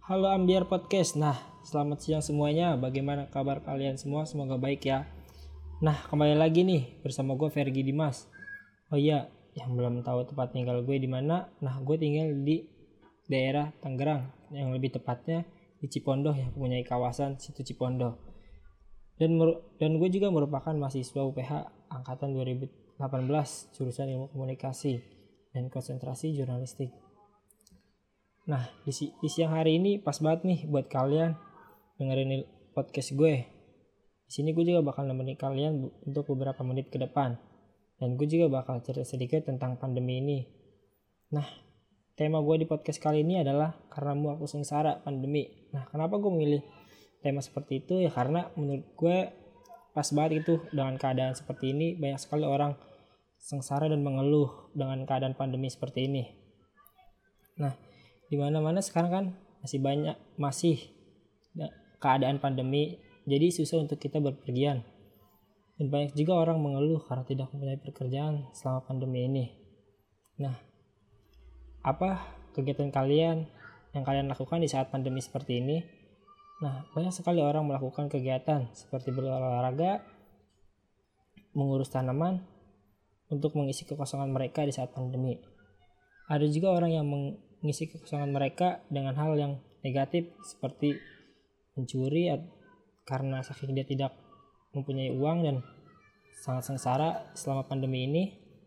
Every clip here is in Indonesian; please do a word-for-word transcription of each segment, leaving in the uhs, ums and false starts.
Halo Ambiar Podcast. Nah, selamat siang semuanya. Bagaimana kabar kalian semua? Semoga baik ya. Nah, kembali lagi nih bersama gue Fergie Dimas. Oh iya, yang belum tahu tempat tinggal gue di mana. Nah, gue tinggal di daerah Tangerang, yang lebih tepatnya di Cipondoh, yang mempunyai kawasan situ Cipondoh. Dan mer- dan gue juga merupakan mahasiswa U P H angkatan dua ribu delapan belas, jurusan Ilmu Komunikasi dan konsentrasi jurnalistik. Nah, di, si- di siang hari ini pas banget nih buat kalian dengerin podcast gue. Di sini gue juga bakal nemenin kalian bu- untuk beberapa menit ke depan. Dan gue juga bakal cerita sedikit tentang pandemi ini. Nah, tema gue di podcast kali ini adalah karena mu aku sengsara pandemi. Nah, kenapa gue memilih tema seperti itu? Ya karena menurut gue pas banget itu dengan keadaan seperti ini. Banyak sekali orang sengsara dan mengeluh dengan keadaan pandemi seperti ini. Nah, di mana-mana sekarang kan masih banyak masih keadaan pandemi, jadi susah untuk kita berpergian. Dan banyak juga orang mengeluh karena tidak mempunyai pekerjaan selama pandemi ini. Nah, apa kegiatan kalian yang kalian lakukan di saat pandemi seperti ini? Nah, banyak sekali orang melakukan kegiatan seperti berolahraga, mengurus tanaman untuk mengisi kekosongan mereka di saat pandemi. Ada juga orang yang mengisi kekosongan mereka dengan hal yang negatif seperti mencuri karena saking dia tidak mempunyai uang dan sangat sengsara selama pandemi ini.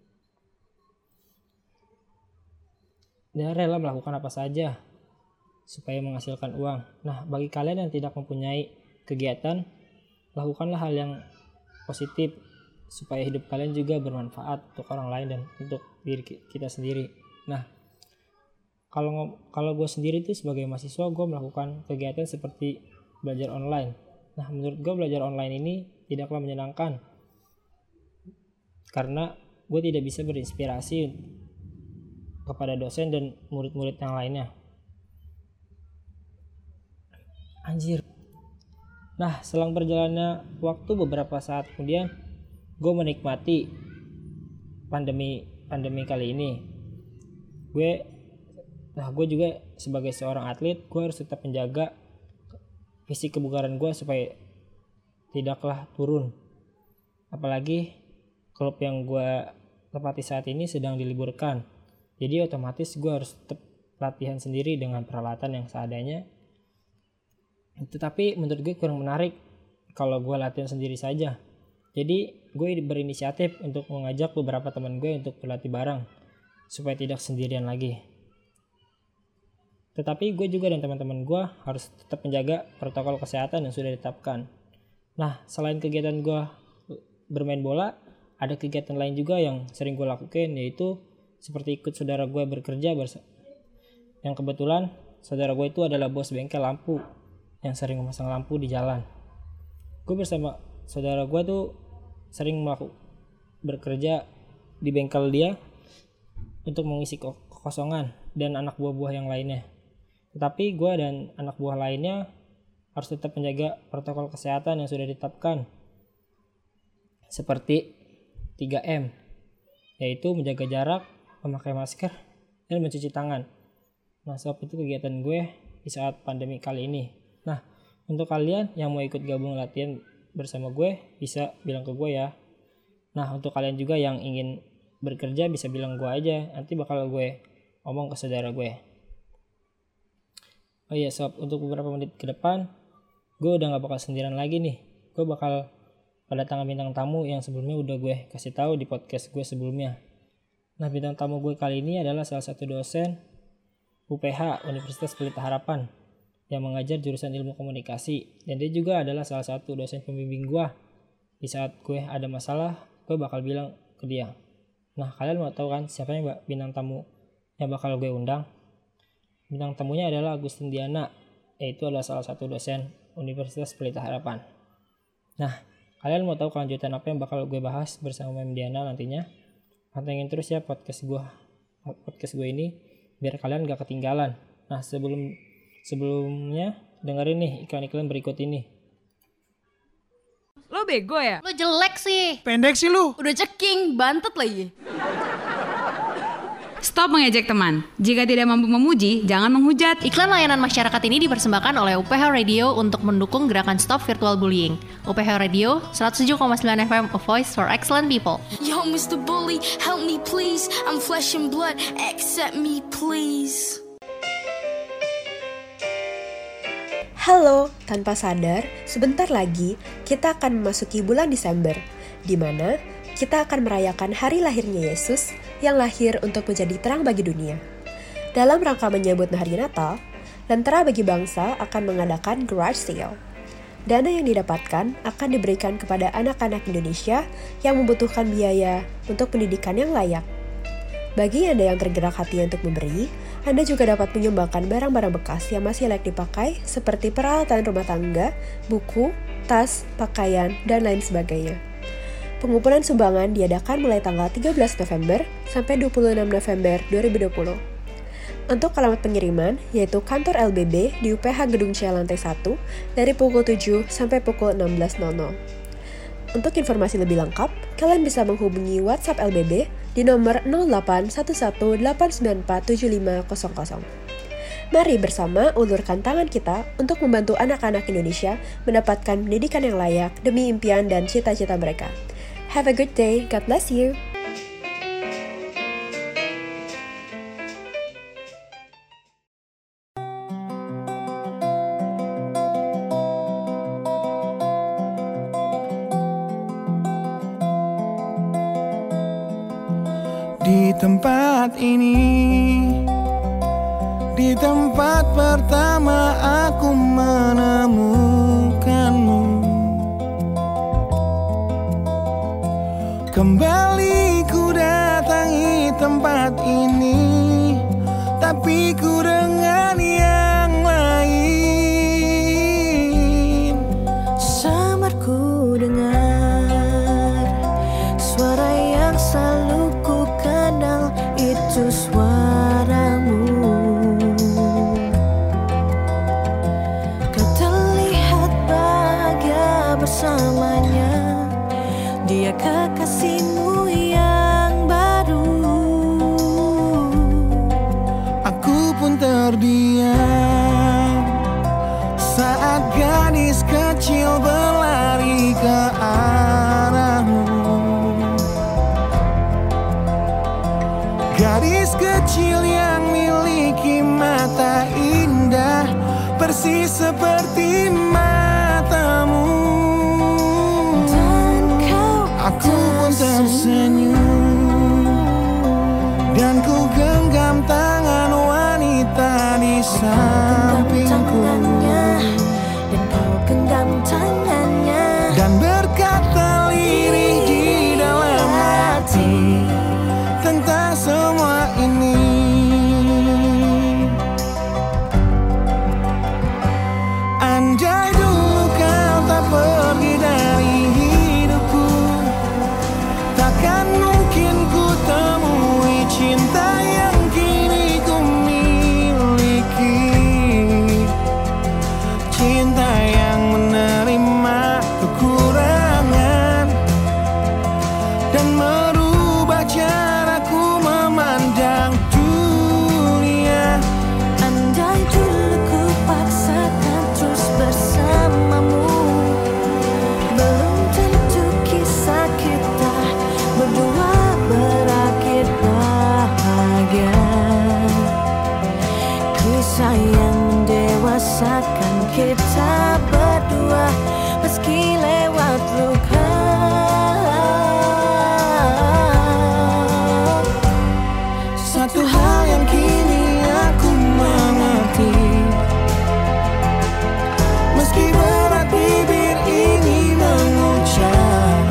Dia rela melakukan apa saja supaya menghasilkan uang. Nah, bagi kalian yang tidak mempunyai kegiatan, lakukanlah hal yang positif supaya hidup kalian juga bermanfaat untuk orang lain dan untuk diri kita sendiri. Nah, kalau kalau gue sendiri tuh sebagai mahasiswa, gue melakukan kegiatan seperti belajar online. Nah, menurut gue belajar online ini tidaklah menyenangkan karena gue tidak bisa berinspirasi kepada dosen dan murid-murid yang lainnya. Anjir. Nah, selang berjalannya waktu beberapa saat kemudian, gue menikmati pandemi pandemi kali ini. Gue, nah gue juga sebagai seorang atlet, gue harus tetap menjaga fisik kebugaran gue supaya tidaklah turun. Apalagi klub yang gue tempati saat ini sedang diliburkan. Jadi otomatis gue harus tetap latihan sendiri dengan peralatan yang seadanya. Tetapi menurut gue kurang menarik kalau gue latihan sendiri saja. Jadi gue berinisiatif untuk mengajak beberapa teman gue untuk berlatih bareng supaya tidak sendirian lagi. Tetapi gue juga dan teman-teman gue harus tetap menjaga protokol kesehatan yang sudah ditetapkan. Nah, selain kegiatan gue bermain bola, ada kegiatan lain juga yang sering gue lakukan, yaitu seperti ikut saudara gue bekerja bersa- yang kebetulan saudara gue itu adalah bos bengkel lampu yang sering memasang lampu di jalan. Gue bersama saudara gue tuh sering melakukan bekerja di bengkel dia untuk mengisi kekosongan dan anak buah-buah yang lainnya. Tetapi gue dan anak buah lainnya harus tetap menjaga protokol kesehatan yang sudah ditetapkan seperti tiga M, yaitu menjaga jarak, memakai masker, dan mencuci tangan. Nah, sebab itu kegiatan gue di saat pandemi kali ini. Nah, untuk kalian yang mau ikut gabung latihan bersama gue, bisa bilang ke gue ya. Nah, untuk kalian juga yang ingin bekerja bisa bilang gue aja, nanti bakal gue omong ke saudara gue. Oh iya sob, untuk beberapa menit ke depan gue udah gak bakal sendirian lagi nih. Gue bakal kedatangan bintang tamu yang sebelumnya udah gue kasih tahu di podcast gue sebelumnya. Nah, bintang tamu gue kali ini adalah salah satu dosen U P H Universitas Pelita Harapan yang mengajar jurusan Ilmu Komunikasi, dan dia juga adalah salah satu dosen pembimbing gue. Di saat gue ada masalah, gue bakal bilang ke dia. Nah, kalian mau tahu kan siapa yang bintang tamu yang bakal gue undang? Bintang tamunya adalah Agustin Diana, yaitu adalah salah satu dosen Universitas Pelita Harapan. Nah, kalian mau tahu kelanjutan apa yang bakal gue bahas bersama Mem Diana nantinya? Pantengin terus ya podcast gue, podcast gue ini biar kalian gak ketinggalan. Nah, sebelum sebelumnya dengerin nih iklan-iklan berikut ini. Lo bego ya? Lo jelek sih. Pendek sih lu. Udah ceking, bantet lagi. Stop mengejek teman. Jika tidak mampu memuji, jangan menghujat. Iklan layanan masyarakat ini dipersembahkan oleh U P H Radio untuk mendukung gerakan Stop Virtual Bullying. U P H Radio seratus tujuh koma sembilan F M, a voice for excellent people. Yo, Mister Bully, help me please. I'm flesh and blood, accept me please. Halo, tanpa sadar, sebentar lagi kita akan memasuki bulan Desember, di mana kita akan merayakan hari lahirnya Yesus yang lahir untuk menjadi terang bagi dunia. Dalam rangka menyambut hari Natal, Lentera Bagi Bangsa akan mengadakan garage sale. Dana yang didapatkan akan diberikan kepada anak-anak Indonesia yang membutuhkan biaya untuk pendidikan yang layak. Bagi Anda yang tergerak hati untuk memberi, Anda juga dapat menyumbangkan barang-barang bekas yang masih layak dipakai seperti peralatan rumah tangga, buku, tas, pakaian, dan lain sebagainya. Pengumpulan sumbangan diadakan mulai tanggal tiga belas November sampai dua puluh enam November dua ribu dua puluh. Untuk alamat pengiriman, yaitu kantor L B B di U P H Gedung C lantai satu dari pukul tujuh sampai pukul enam belas nol nol. Untuk informasi lebih lengkap, kalian bisa menghubungi WhatsApp L B B di nomor nol delapan satu satu delapan sembilan empat tujuh lima nol nol. Mari bersama ulurkan tangan kita untuk membantu anak-anak Indonesia mendapatkan pendidikan yang layak demi impian dan cita-cita mereka. Have a good day, God bless you. Di tempat ini, di tempat pertama aku menemukanmu. Kembali ku datangi tempat ini, tapi ku dengan yang lain. Samar ku dengar suara yang selalu ku kenal, itu suaramu. Kau terlihat bahagia bersamanya, dia kekasihmu yang baru. Aku pun terdiam saat gadis kecil berlari ke arahmu. Gadis kecil yang miliki mata indah, persis seperti matamu. Aku pun tersenyum dan ku genggam tangan wanita di sampingku. Dan kau genggam tangannya dan berkata lirih di dalam hati tentang semua ini. Andai dulu kau tak pergi dari hidupku, takkan mungkin ku temui cinta yang kini ku miliki. Cinta yang menerima kekurangan dan merubah caraku memandang dunia. Andai dulu ku paksakan terus bersamamu, belum tentu kisah kita berdua berakhir bahagia. Kisah yang mendewasakan kita berdua meski lewat luka. Satu hal yang kini aku mengerti, meski berat bibir ini mengucap,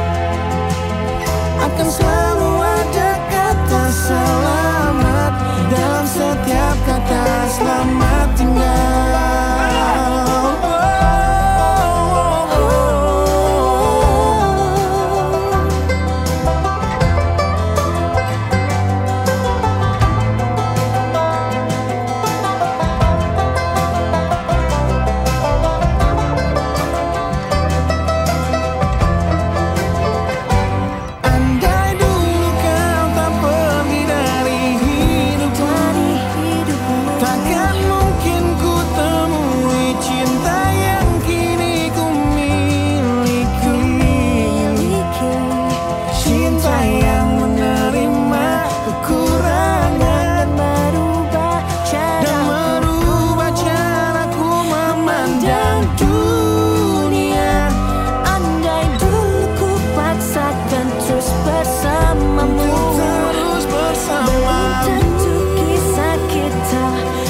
akan selalu ada kata selamat dalam setiap kata selamat tinggal. Andai dulu kau tak pergi dari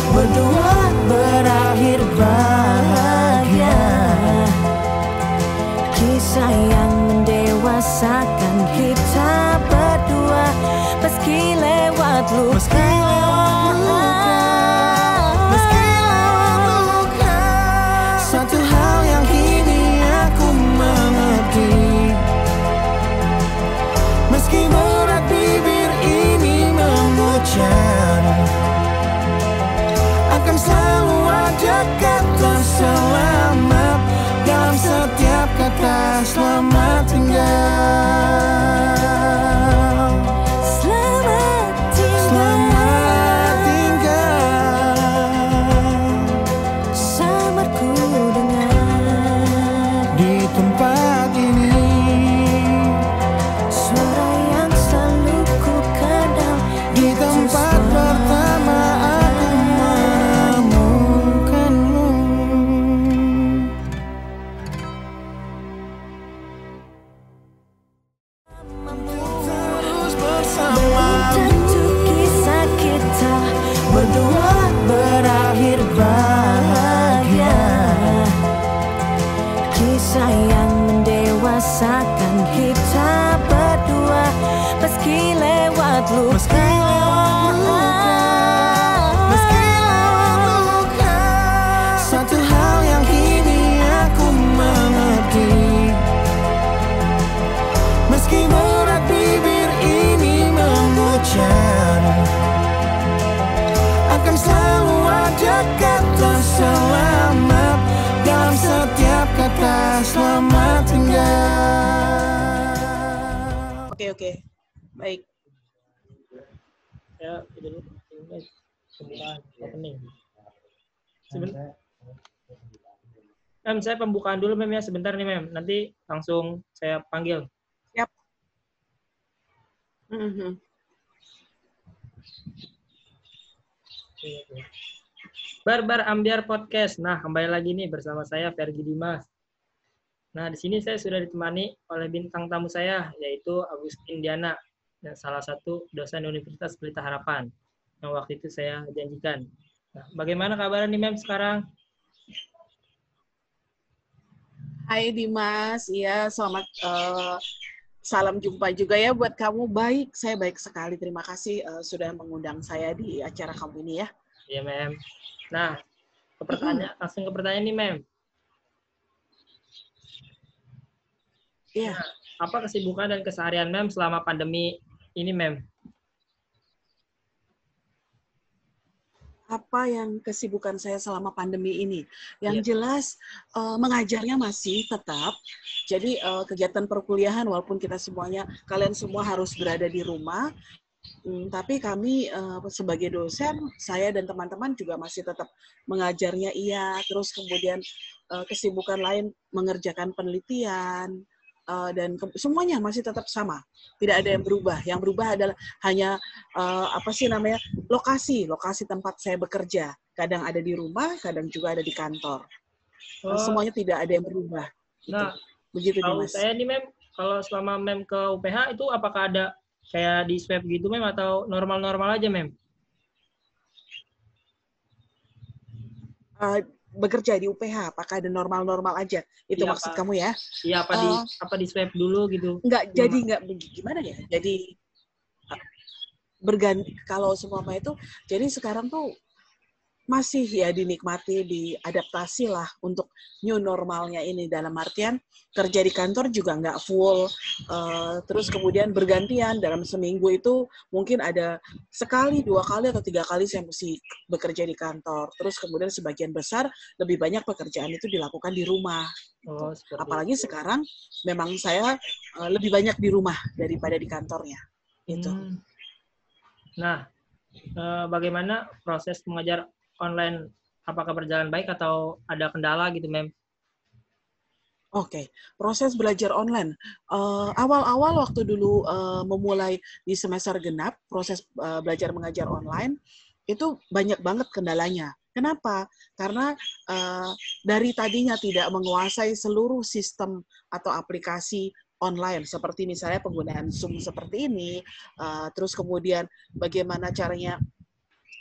berdua berakhir bahagia. Kisah yang mendewasakan kita berdua, meski lewat luka, meski lewat luka, meski lewat luka. Satu hal yang kini aku mengerti, meski berat bibir ini mengucap, akan selalu ada kata selamat dalam setiap kata selamat tinggal. Selamat tinggal, selamat tinggal. Samarku dengar di tempat ini suara yang selalu ku kenal. Di tempat pertama aku menemukanmu. Terus bersama, tentu kisah kita berdua berakhir bahagia. Kisah yang mendewasakan kita berdua, meski lewat luka, meski lewat luka, meski lewat luka. Satu hal yang kini aku mengerti, meski berat bibir ini mengucap, akan selalu ada kata selamat dalam setiap kata selamat tinggal. Oke oke, baik. Ya, itu dulu. Ini pembukaan opening. Sebentar. Mem, saya pembukaan dulu Mem ya, sebentar nih Mem. Nanti langsung saya panggil. Siap. Mhm. Barbar Ambiar Podcast. Nah, kembali lagi nih bersama saya Fergi Dimas. Nah, di sini saya sudah ditemani oleh bintang tamu saya, yaitu Agustin Diana, yang salah satu dosen Universitas Pelita Harapan, yang waktu itu saya janjikan. Nah, bagaimana kabarnya nih Mem sekarang? Hai Dimas, iya selamat eh, salam jumpa juga ya buat kamu. Baik, saya baik sekali. Terima kasih eh, sudah mengundang saya di acara kamu ini ya. Iya Mem. Nah, ke pertanyaan, langsung ke pertanyaan nih Mem. Iya. Nah, apa kesibukan dan keseharian Mem selama pandemi ini Mem? Apa yang kesibukan saya selama pandemi ini? Yang Iya. jelas eh, mengajarnya masih tetap. Jadi eh, kegiatan perkuliahan walaupun kita semuanya, kalian semua harus berada di rumah. Hmm, tapi kami uh, sebagai dosen, saya dan teman-teman juga masih tetap mengajarnya iya, terus kemudian uh, kesibukan lain mengerjakan penelitian, uh, dan ke- semuanya masih tetap sama, tidak ada yang berubah. Yang berubah adalah hanya uh, apa sih namanya lokasi, lokasi tempat saya bekerja. Kadang ada di rumah, kadang juga ada di kantor. Uh, Oh, semuanya tidak ada yang berubah. Gitu. nah, Begitu tahu Dimas. saya nih Mem, kalau selama Mem ke U P H itu apakah ada kayak di swab gitu Mem atau normal-normal aja Mem? Uh, bekerja di U P H, apakah ada normal-normal aja? Itu Iya, maksud Pak. kamu ya? Iya, apa di Uh, apa di swab dulu gitu? Nggak, jadi nggak gimana ya? Jadi berganti kalau semua itu. Jadi sekarang tuh masih ya dinikmati, diadaptasi lah untuk new normalnya ini, dalam artian kerja di kantor juga nggak full, uh, terus kemudian bergantian dalam seminggu itu mungkin ada sekali, dua kali, atau tiga kali saya mesti bekerja di kantor, terus kemudian sebagian besar lebih banyak pekerjaan itu dilakukan di rumah. Oh, seperti Apalagi itu. sekarang memang saya uh, lebih banyak di rumah daripada di kantornya. Itu. Hmm. Nah, eh, bagaimana proses mengajar online? Apakah berjalan baik atau ada kendala gitu, Mem? Oke, proses belajar online. Uh, awal-awal waktu dulu uh, memulai di semester genap, proses uh, belajar mengajar online, itu banyak banget kendalanya. Kenapa? Karena uh, dari tadinya tidak menguasai seluruh sistem atau aplikasi online, seperti misalnya penggunaan Zoom seperti ini, uh, terus kemudian bagaimana caranya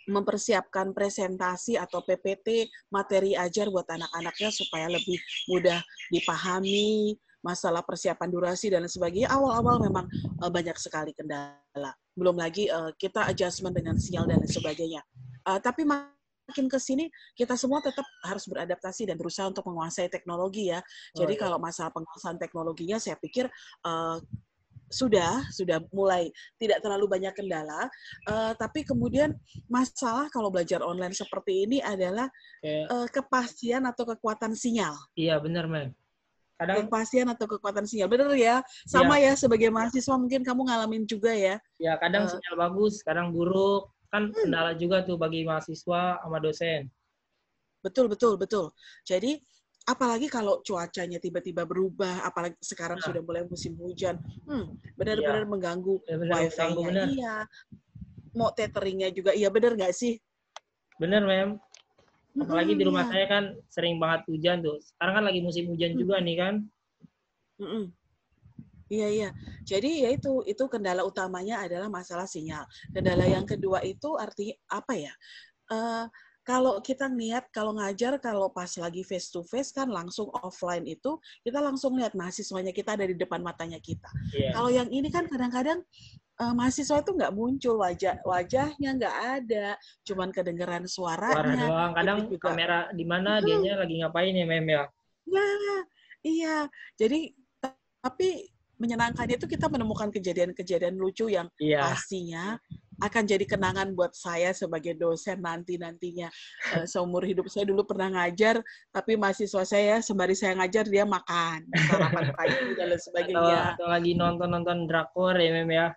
mempersiapkan presentasi atau P P T materi ajar buat anak-anaknya supaya lebih mudah dipahami, masalah persiapan durasi dan sebagainya. Awal-awal memang uh, banyak sekali kendala. Belum lagi uh, kita adjustment dengan sinyal dan sebagainya. Uh, tapi makin ke sini kita semua tetap harus beradaptasi dan berusaha untuk menguasai teknologi ya. Jadi oh, iya. Kalau masalah penguasaan teknologinya saya pikir uh, sudah sudah mulai tidak terlalu banyak kendala, uh, tapi kemudian masalah kalau belajar online seperti ini adalah okay. uh, kepastian atau kekuatan sinyal. Iya benar, Mem. Kadang kepastian atau kekuatan sinyal, benar ya. Sama ya. ya sebagai mahasiswa mungkin kamu ngalamin juga ya. Ya kadang uh, sinyal bagus, kadang buruk, kan hmm. kendala juga tuh bagi mahasiswa sama dosen. Betul betul betul. Jadi apalagi kalau cuacanya tiba-tiba berubah, apalagi sekarang nah. sudah mulai musim hujan, hmm, benar-benar iya. mengganggu wifi-nya. Iya, mau tetheringnya juga, iya benar nggak sih? Benar, Mem. Apalagi hmm, di rumah iya. saya kan sering banget hujan tuh. Sekarang kan lagi musim hujan hmm. juga nih kan. Hmm. Iya iya. Jadi ya itu itu kendala utamanya adalah masalah sinyal. Kendala yang kedua itu artinya apa ya? Uh, Kalau kita niat, kalau ngajar, kalau pas lagi face to face kan langsung offline itu, kita langsung lihat mahasiswanya kita ada di depan matanya kita. Yeah. Kalau yang ini kan kadang-kadang uh, mahasiswa itu nggak muncul, wajah wajahnya nggak ada, cuman kedengeran suaranya. Suara doang, kadang juga, kamera di mana hmm. dianya lagi ngapain ya, Mem ya? Nah, iya. Jadi, tapi menyenangkannya itu kita menemukan kejadian-kejadian lucu yang yeah. pastinya akan jadi kenangan buat saya sebagai dosen nanti-nantinya. Uh, seumur hidup saya dulu pernah ngajar, tapi mahasiswa saya sembari saya ngajar dia makan, sarapan pagi dan lain sebagainya. Atau, atau lagi nonton-nonton drakor ya, Mem ya?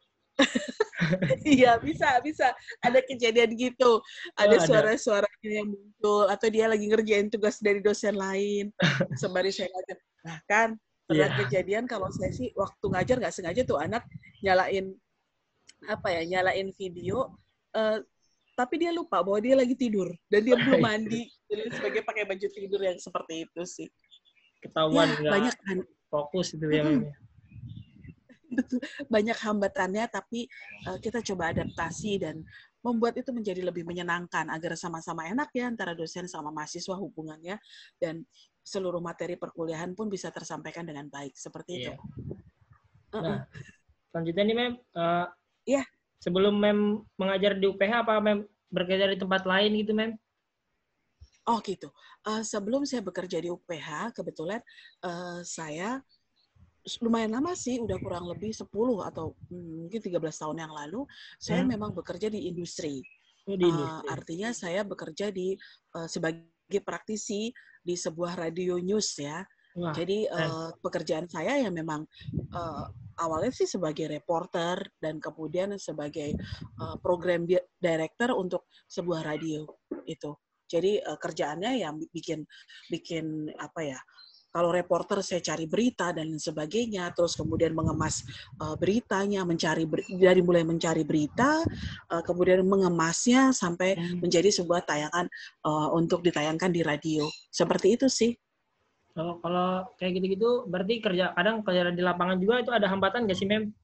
Iya, bisa, bisa. Ada kejadian gitu. Ada oh, suara-suaranya yang muncul, atau dia lagi ngerjain tugas dari dosen lain, sembari saya ngajar. Bahkan pernah yeah. kejadian kalau saya sih, waktu ngajar nggak sengaja tuh anak nyalain apa ya nyalain video uh, tapi dia lupa bahwa dia lagi tidur dan dia belum mandi jadi sebagai pakai baju tidur yang seperti itu sih ketahuan ya, banyak kan fokus itu ya mm-hmm. Betul, banyak hambatannya tapi uh, kita coba adaptasi dan membuat itu menjadi lebih menyenangkan agar sama-sama enak ya antara dosen sama mahasiswa hubungannya dan seluruh materi perkuliahan pun bisa tersampaikan dengan baik seperti yeah. itu. Uh-uh. Nah, selanjutnya nih Mem uh, Iya. Sebelum Mem mengajar di U P H, apa Mem bekerja di tempat lain gitu, Mem? Oh gitu. Uh, sebelum saya bekerja di U P H, kebetulan uh, saya lumayan lama sih, udah kurang lebih sepuluh atau hmm, mungkin tiga belas tahun yang lalu, saya hmm. memang bekerja di industri. Oh, di industri. Uh, artinya saya bekerja di uh, sebagai praktisi di sebuah radio news ya. Wah, Jadi uh, pekerjaan saya ya memang uh, awalnya sih sebagai reporter dan kemudian sebagai uh, program di- director untuk sebuah radio itu. Jadi uh, kerjaannya yang bikin bikin apa ya? Kalau reporter saya cari berita dan sebagainya, terus kemudian mengemas uh, beritanya, mencari ber- dari mulai mencari berita, uh, kemudian mengemasnya sampai hmm. menjadi sebuah tayangan uh, untuk ditayangkan di radio. Seperti itu sih. Kalau kalau kayak gitu-gitu, berarti kerja kadang kerja di lapangan juga itu ada hambatan nggak sih, Mem?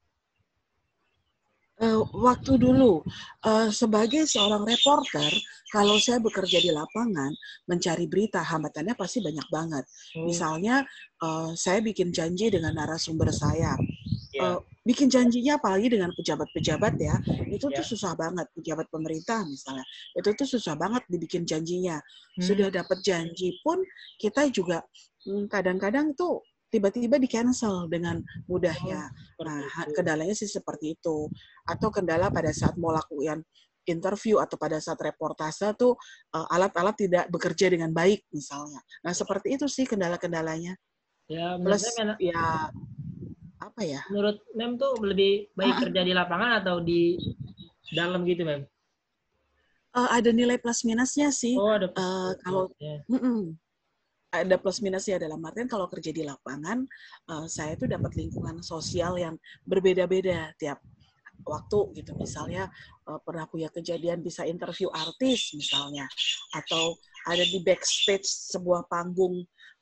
Uh, waktu dulu uh, sebagai seorang reporter, kalau saya bekerja di lapangan mencari berita, hambatannya pasti banyak banget. Hmm. Misalnya uh, saya bikin janji dengan narasumber saya, yeah. uh, bikin janjinya apalagi dengan pejabat-pejabat ya, itu yeah. tuh susah banget. Pejabat pemerintah misalnya, itu tuh susah banget dibikin janjinya. Hmm. Sudah dapat janji pun kita juga hmm, kadang-kadang tuh tiba-tiba di-cancel dengan mudahnya. Nah, kendalanya sih seperti itu. Atau kendala pada saat mau lakukan interview atau pada saat reportase tuh uh, alat-alat tidak bekerja dengan baik misalnya. Nah, seperti itu sih kendala-kendalanya. Ya, Plus, ya, apa ya? Menurut Mem tuh lebih baik ah, kerja di lapangan atau di dalam gitu, Mem? Uh, ada nilai plus minusnya sih. Oh, ada plus uh, kalau mm-mm. ada plus minusnya dalam artian kalau kerja di lapangan, uh, saya tuh dapat lingkungan sosial yang berbeda-beda tiap waktu gitu. Misalnya uh, pernah punya kejadian bisa interview artis misalnya, atau ada di backstage sebuah panggung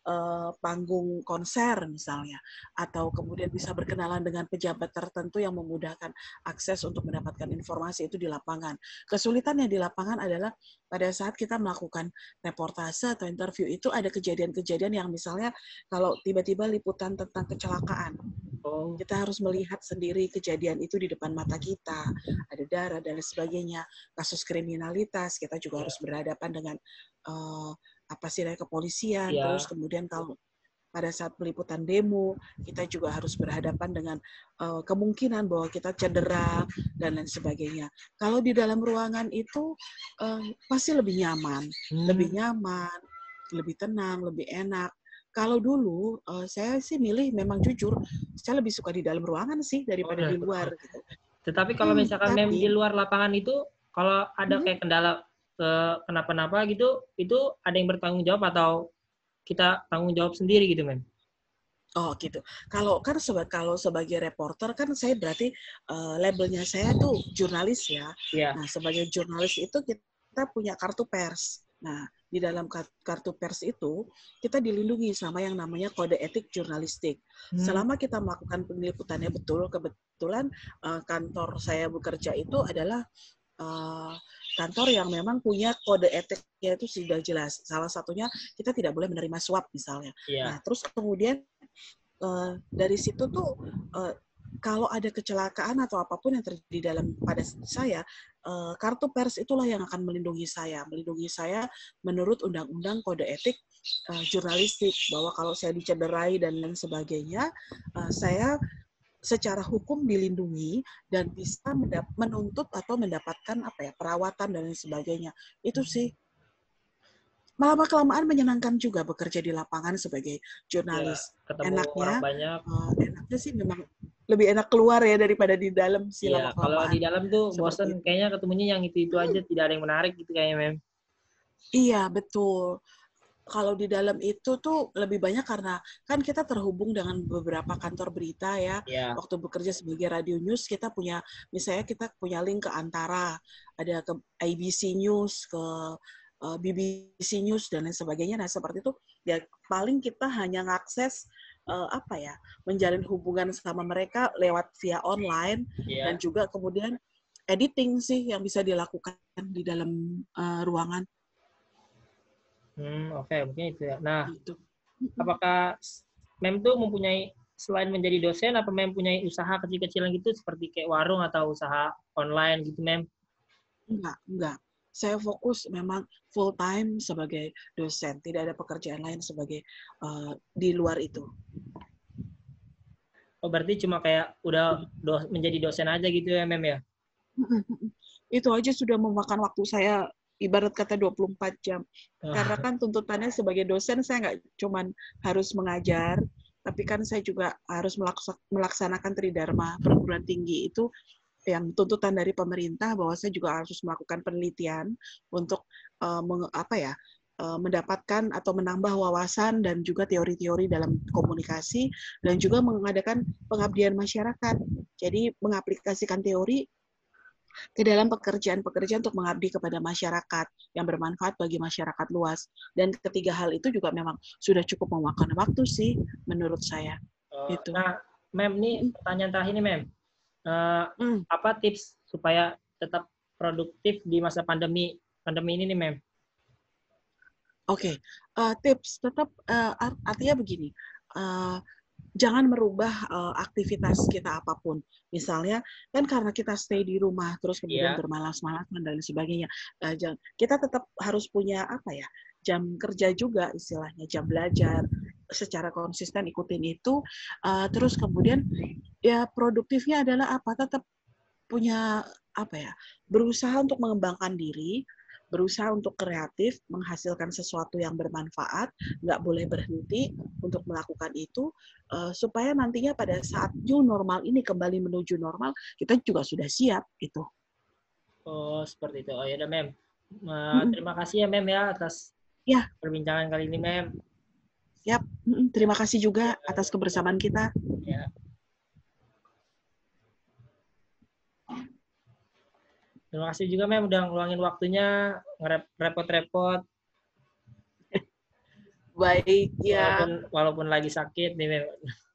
uh, panggung konser misalnya, atau kemudian bisa berkenalan dengan pejabat tertentu yang memudahkan akses untuk mendapatkan informasi itu di lapangan. Kesulitan yang di lapangan adalah pada saat kita melakukan reportase atau interview itu ada kejadian-kejadian yang misalnya kalau tiba-tiba liputan tentang kecelakaan, Oh. kita harus melihat sendiri kejadian itu di depan mata kita, ada darah dan lain sebagainya. Kasus kriminalitas, kita juga harus berhadapan dengan uh, apa sih dari kepolisian. Ya. Terus kemudian kalau pada saat peliputan demo, kita juga harus berhadapan dengan uh, kemungkinan bahwa kita cedera dan lain sebagainya. Kalau di dalam ruangan itu uh, pasti lebih nyaman, hmm. lebih nyaman, lebih tenang, lebih enak. Kalau dulu uh, saya sih milih memang jujur, saya lebih suka di dalam ruangan sih daripada oh, di luar. Gitu. Tetapi kalau hmm, misalkan tapi, mem di luar lapangan itu, kalau ada hmm. kayak kendala ke kenapa-napa gitu, itu ada yang bertanggung jawab atau kita tanggung jawab sendiri gitu, Mem? Oh gitu. Kalau kan seba, kalau sebagai reporter kan saya berarti uh, labelnya saya tuh jurnalis ya. Yeah. Nah sebagai jurnalis itu kita punya kartu pers. Nah di dalam kartu pers itu kita dilindungi sama yang namanya kode etik jurnalistik. Hmm. Selama kita melakukan peliputannya betul, kebetulan uh, kantor saya bekerja itu adalah uh, kantor yang memang punya kode etiknya itu sudah jelas. Salah satunya kita tidak boleh menerima suap misalnya. Yeah. Nah, terus kemudian uh, dari situ tuh uh, kalau ada kecelakaan atau apapun yang terjadi dalam pada saya, uh, kartu pers itulah yang akan melindungi saya, melindungi saya menurut undang-undang kode etik uh, jurnalistik bahwa kalau saya dicederai dan lain sebagainya, uh, saya secara hukum dilindungi dan bisa menuntut atau mendapatkan apa ya perawatan dan lain sebagainya. Itu sih malah kelamaan menyenangkan juga bekerja di lapangan sebagai jurnalis. Ya, enaknya, uh, enaknya sih memang lebih enak keluar ya daripada di dalam sih. Ya, kalau di dalam tuh bosan kayaknya ketemunya yang itu-itu hmm. aja, tidak ada yang menarik gitu kayaknya, Mem. Iya betul. Kalau di dalam itu tuh lebih banyak karena kan kita terhubung dengan beberapa kantor berita ya. Yeah. Waktu bekerja sebagai radio news kita punya, misalnya kita punya link ke Antara, ada ke A B C News, ke uh, B B C News dan lain sebagainya. Nah seperti itu ya paling kita hanya ngakses uh, apa ya, menjalin hubungan sama mereka lewat via online yeah. dan juga kemudian editing sih yang bisa dilakukan di dalam uh, ruangan. Hmm, oke, okay. Mungkin itu ya. Nah, gitu. Apakah Mem tuh mempunyai, selain menjadi dosen, apa Mem mempunyai usaha kecil-kecilan gitu, seperti kayak warung atau usaha online gitu, Mem? Enggak, enggak. Saya fokus memang full time sebagai dosen. Tidak ada pekerjaan lain sebagai uh, di luar itu. Oh, berarti cuma kayak udah do- menjadi dosen aja gitu ya, Mem ya? Itu aja sudah memakan waktu saya ibarat kata dua puluh empat jam. Karena kan tuntutannya sebagai dosen saya nggak cuman harus mengajar, tapi kan saya juga harus melaksanakan tridharma perguruan tinggi itu yang tuntutan dari pemerintah bahwa saya juga harus melakukan penelitian untuk uh, meng, apa ya uh, mendapatkan atau menambah wawasan dan juga teori-teori dalam komunikasi dan juga mengadakan pengabdian masyarakat. Jadi mengaplikasikan teori ke dalam pekerjaan-pekerjaan untuk mengabdi kepada masyarakat yang bermanfaat bagi masyarakat luas. Dan ketiga hal itu juga memang sudah cukup memakan waktu sih, menurut saya. Oh, gitu. Nah, Mem, nih pertanyaan terakhir nih, Mem. Uh, mm. Apa tips supaya tetap produktif di masa pandemi pandemi ini nih, Mem? Oke, okay. uh, tips tetap uh, artinya begini. Uh, Jangan merubah uh, aktivitas kita apapun. Misalnya, kan karena kita stay di rumah, terus kemudian yeah. bermalas-malasan dan sebagainya. Uh, kita tetap harus punya apa ya, jam kerja juga istilahnya, jam belajar. Secara konsisten ikutin itu. Uh, terus kemudian, ya produktifnya adalah apa? Tetap punya apa ya, berusaha untuk mengembangkan diri, berusaha untuk kreatif, menghasilkan sesuatu yang bermanfaat, nggak boleh berhenti untuk melakukan itu, uh, supaya nantinya pada saat new normal ini kembali menuju normal, kita juga sudah siap, gitu. Oh, seperti itu. Oh ya udah, Mem. Uh, mm-hmm. Terima kasih ya, Mem, ya, atas ya. perbincangan kali ini, Mem. Yap, mm-hmm. Terima kasih juga ya. Atas kebersamaan kita. Ya. Terima kasih juga, Mem, udah ngeluangin waktunya, ngerep-repot-repot. Baik, ya. Walaupun, walaupun lagi sakit nih, Mem.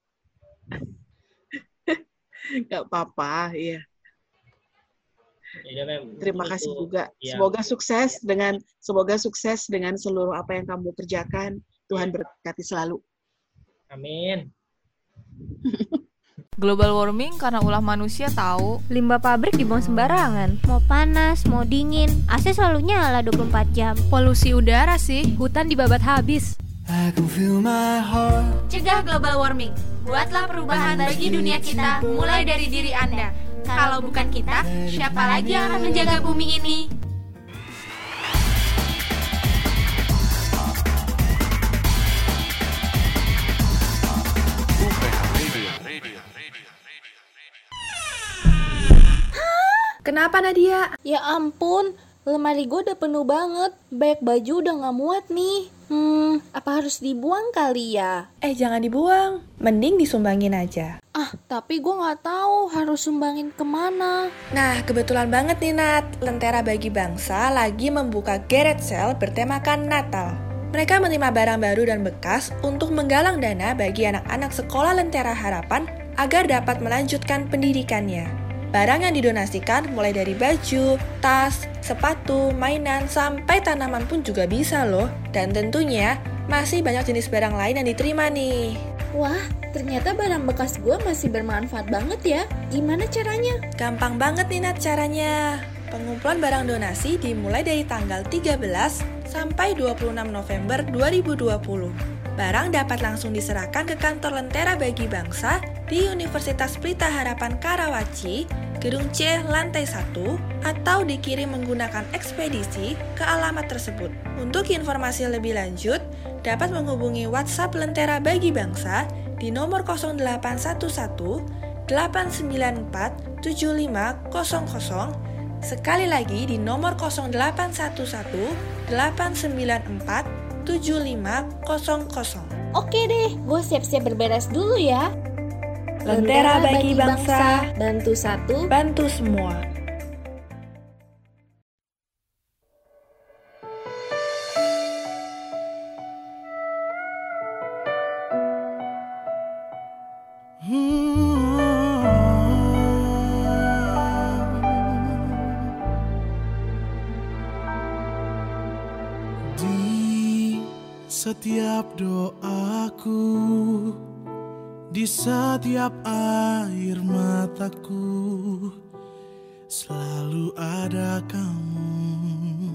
Nggak apa-apa, iya. Ya, Mem. Terima Itu, kasih juga. ya. Semoga sukses dengan semoga sukses dengan seluruh apa yang kamu kerjakan. Tuhan berkati selalu. Amin. Global warming karena ulah manusia tahu. Limbah pabrik dibuang sembarangan. Mau panas, mau dingin, A C selalu nyala dua puluh empat jam. Polusi udara sih. Hutan dibabat habis. I can feel my heart. Cegah global warming. Buatlah perubahan bagi dunia kita, mulai dari diri Anda. Kalau bukan kita, siapa lagi yang akan menjaga bumi ini? Kenapa Nadia? Ya ampun, lemari gue udah penuh banget. Banyak baju udah gak muat nih. Hmm, apa harus dibuang kali ya? Eh jangan dibuang, mending disumbangin aja. Ah, tapi gue gak tahu harus sumbangin kemana. Nah, kebetulan banget nih Nat, Lentera Bagi Bangsa lagi membuka garage sale bertemakan Natal. Mereka menerima barang baru dan bekas untuk menggalang dana bagi anak-anak sekolah Lentera Harapan agar dapat melanjutkan pendidikannya. Barang yang didonasikan mulai dari baju, tas, sepatu, mainan, sampai tanaman pun juga bisa loh. Dan tentunya masih banyak jenis barang lain yang diterima nih. Wah, ternyata barang bekas gue masih bermanfaat banget ya. Gimana caranya? Gampang banget nih Nat caranya. Pengumpulan barang donasi dimulai dari tanggal tiga belas sampai dua puluh enam November dua ribu dua puluh. Barang dapat langsung diserahkan ke kantor Lentera Bagi Bangsa di Universitas Pelita Harapan Karawaci, Gedung C, lantai satu, atau dikirim menggunakan ekspedisi ke alamat tersebut. Untuk informasi lebih lanjut, dapat menghubungi WhatsApp Lentera Bagi Bangsa di nomor nol delapan satu satu delapan sembilan empat tujuh lima nol nol. Sekali lagi di nomor nol delapan satu satu delapan sembilan empat tujuh lima nol nol. Oke deh, gue siap-siap berberes dulu ya. Lentera Bagi Bangsa, bantu satu, bantu semua. Di setiap doaku, di setiap air mataku, selalu ada kamu.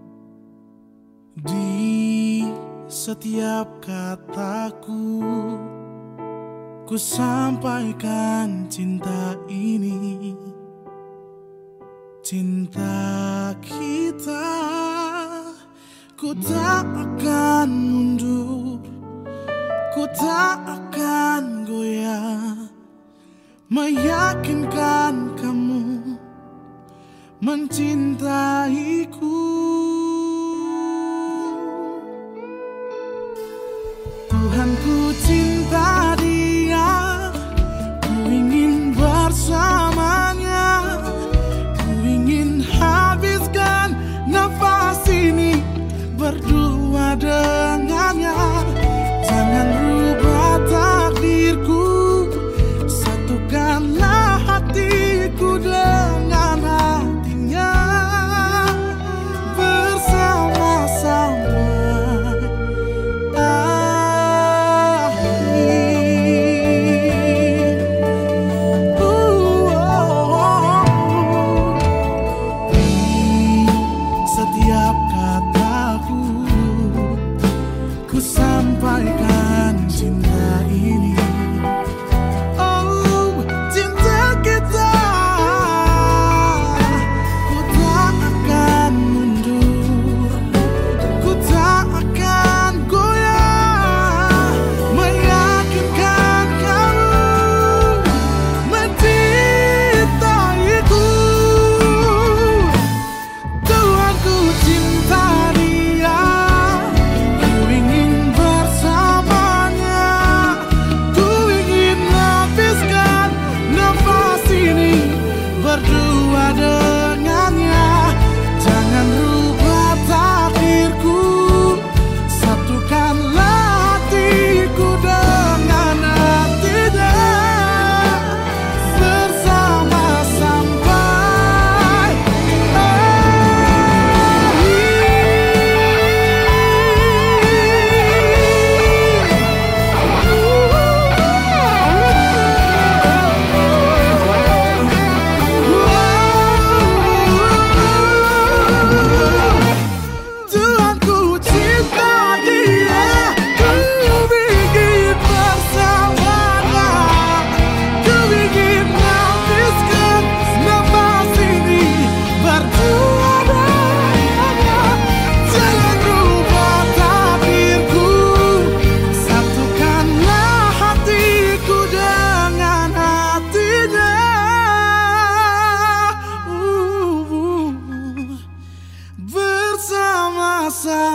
Di setiap kataku, ku sampaikan cinta ini. Cinta kita, ku tak akan mundur, ku tak akan goyah, meyakinkan kamu mencintaiku. Tuhan, ku cinta dia, ku ingin bersamanya, ku ingin habiskan nafas ini berdua dengannya. Jangan rubah takdirku, satukanlah hatiku dengan hatinya.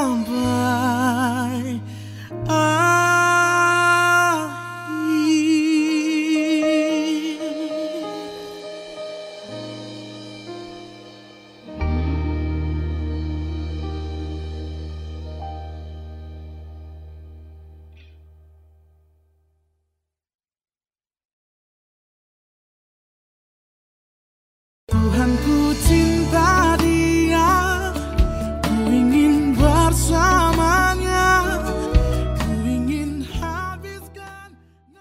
sampai Tuhan, ku cinta dia, ku ingin bersamanya, ku ingin habiskan.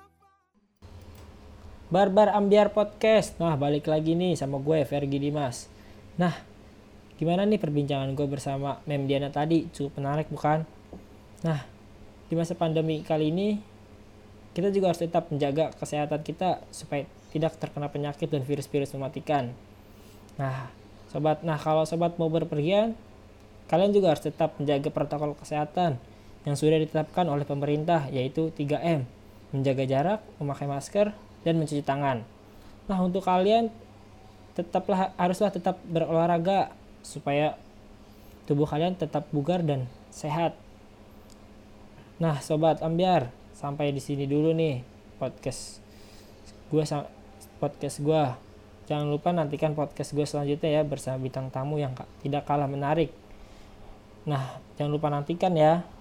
Barbar Ambiar Podcast. Nah, balik lagi nih sama gue Fergi Dimas. Nah, gimana nih perbincangan gue bersama Mem Diana tadi? Cukup menarik bukan? Nah, di masa pandemi kali ini kita juga harus tetap menjaga kesehatan kita supaya tidak terkena penyakit dan virus-virus mematikan. Nah, sobat, nah kalau sobat mau berpergian, kalian juga harus tetap menjaga protokol kesehatan yang sudah ditetapkan oleh pemerintah, yaitu tiga M, menjaga jarak, memakai masker, dan mencuci tangan. Nah, untuk kalian tetaplah haruslah tetap berolahraga supaya tubuh kalian tetap bugar dan sehat. Nah, sobat Ambiar, sampai di sini dulu nih podcast gue podcast gue. Jangan lupa nantikan podcast gue selanjutnya ya bersama bintang tamu yang tidak kalah menarik. Nah, jangan lupa nantikan ya.